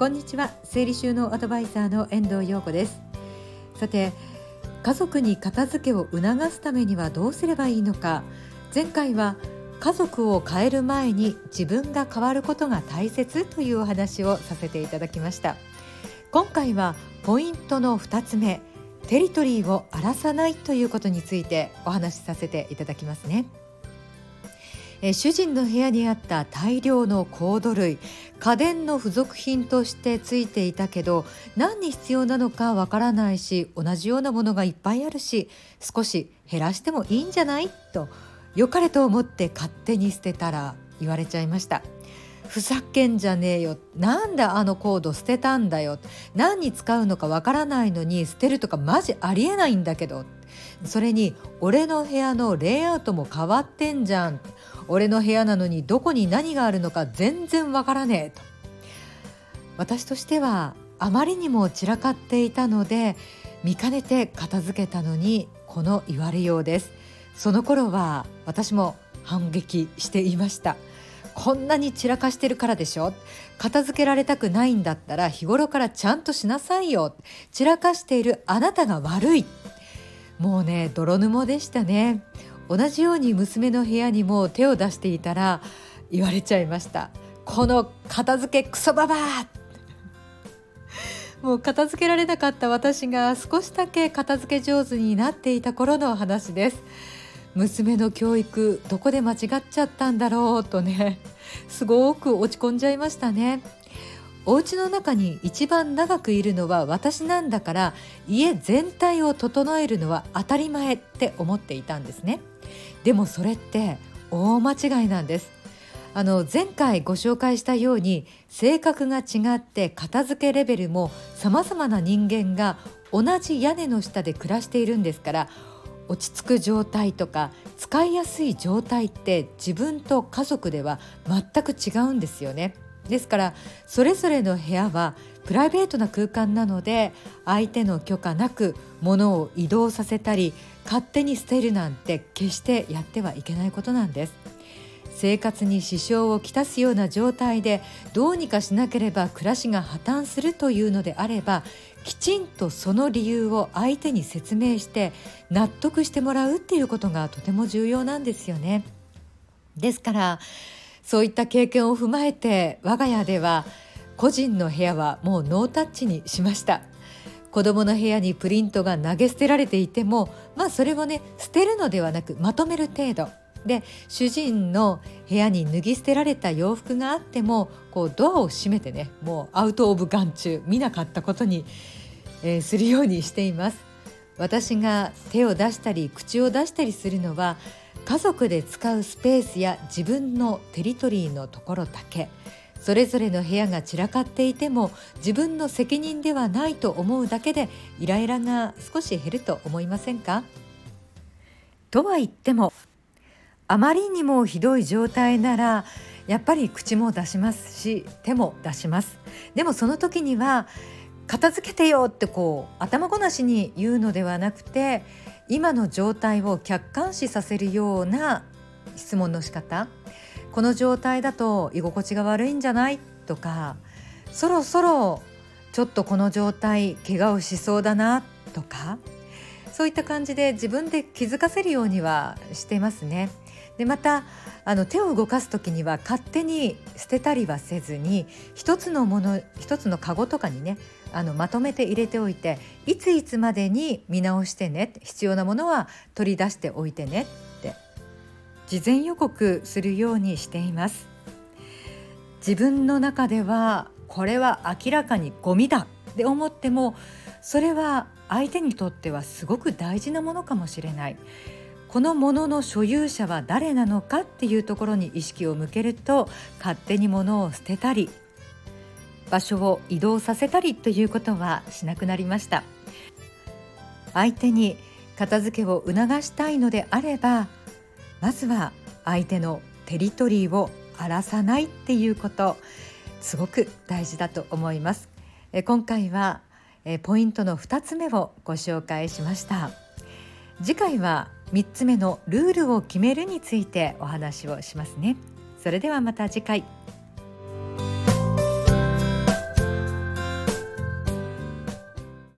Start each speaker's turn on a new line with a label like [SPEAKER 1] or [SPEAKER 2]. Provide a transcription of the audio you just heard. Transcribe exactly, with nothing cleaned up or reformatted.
[SPEAKER 1] こんにちは。整理収納アドバイザーの遠藤陽子です。さて、家族に片付けを促すためにはどうすればいいのか。前回は家族を変える前に自分が変わることが大切というお話をさせていただきました。今回はポイントのふたつめ、テリトリーを荒らさないということについてお話しさせていただきますね。え主人の部屋にあった大量のコード類、家電の付属品としてついていたけど、何に必要なのかわからないし、同じようなものがいっぱいあるし、少し減らしてもいいんじゃないと良かれと思って勝手に捨てたら言われちゃいました。ふざけんじゃねえよ、なんであのコード捨てたんだよ、何に使うのかわからないのに捨てるとかマジありえないんだけど、それに俺の部屋のレイアウトも変わってんじゃん、俺の部屋なのにどこに何があるのか全然わからねえと。私としてはあまりにも散らかっていたので、見かねて片付けたのにこの言われようです。その頃は私も反撃していました。こんなに散らかしてるからでしょ、片付けられたくないんだったら日頃からちゃんとしなさいよ、散らかしているあなたが悪い。もうね、泥沼でしたね。同じように娘の部屋にも手を出していたら言われちゃいました。この片付けクソババア。もう片付けられなかった私が少しだけ片付け上手になっていた頃の話です。娘の教育どこで間違っちゃったんだろうとね、すごく落ち込んじゃいましたね。お家の中に一番長くいるのは私なんだから、家全体を整えるのは当たり前って思っていたんですね。でもそれって大間違いなんです。あの前回ご紹介したように、性格が違って片付けレベルも様々な人間が同じ屋根の下で暮らしているんですから、落ち着く状態とか使いやすい状態って自分と家族では全く違うんですよね。ですからそれぞれの部屋はプライベートな空間なので、相手の許可なく物を移動させたり勝手に捨てるなんて決してやってはいけないことなんです。生活に支障をきたすような状態でどうにかしなければ暮らしが破綻するというのであれば、きちんとその理由を相手に説明して納得してもらうっていうことがとても重要なんですよね。ですからそういった経験を踏まえて、我が家では個人の部屋はもうノータッチにしました。子供の部屋にプリントが投げ捨てられていても、まあそれをね、捨てるのではなくまとめる程度で、主人の部屋に脱ぎ捨てられた洋服があっても、こうドアを閉めてね、もうアウトオブ眼中、見なかったことに、えー、するようにしています。私が手を出したり口を出したりするのは、家族で使うスペースや自分のテリトリーのところだけ。それぞれの部屋が散らかっていても自分の責任ではないと思うだけで、イライラが少し減ると思いませんか？とは言っても、あまりにもひどい状態ならやっぱり口も出しますし、手も出します。でもその時には片付けてよってこう頭ごなしに言うのではなくて、今の状態を客観視させるような質問の仕方。この状態だと居心地が悪いんじゃないとか、そろそろちょっとこの状態怪我をしそうだなとか、そういった感じで自分で気づかせるようにはしてますね。でまたあの手を動かすときには勝手に捨てたりはせずに、一つのもの一つのカゴとかにね、あのまとめて入れておいて、いついつまでに見直してね、必要なものは取り出しておいてねって事前予告するようにしています。自分の中ではこれは明らかにゴミだって思っても、それは相手にとってはすごく大事なものかもしれない。このものの所有者は誰なのかっていうところに意識を向けると、勝手に物を捨てたり場所を移動させたりということはしなくなりました。相手に片付けを促したいのであれば、まずは相手のテリトリーを荒らさないっていうこと、すごく大事だと思います。え今回はえポイントのふたつめをご紹介しました。次回はみっつめのルールを決めるについてお話をしますね。それではまた次回。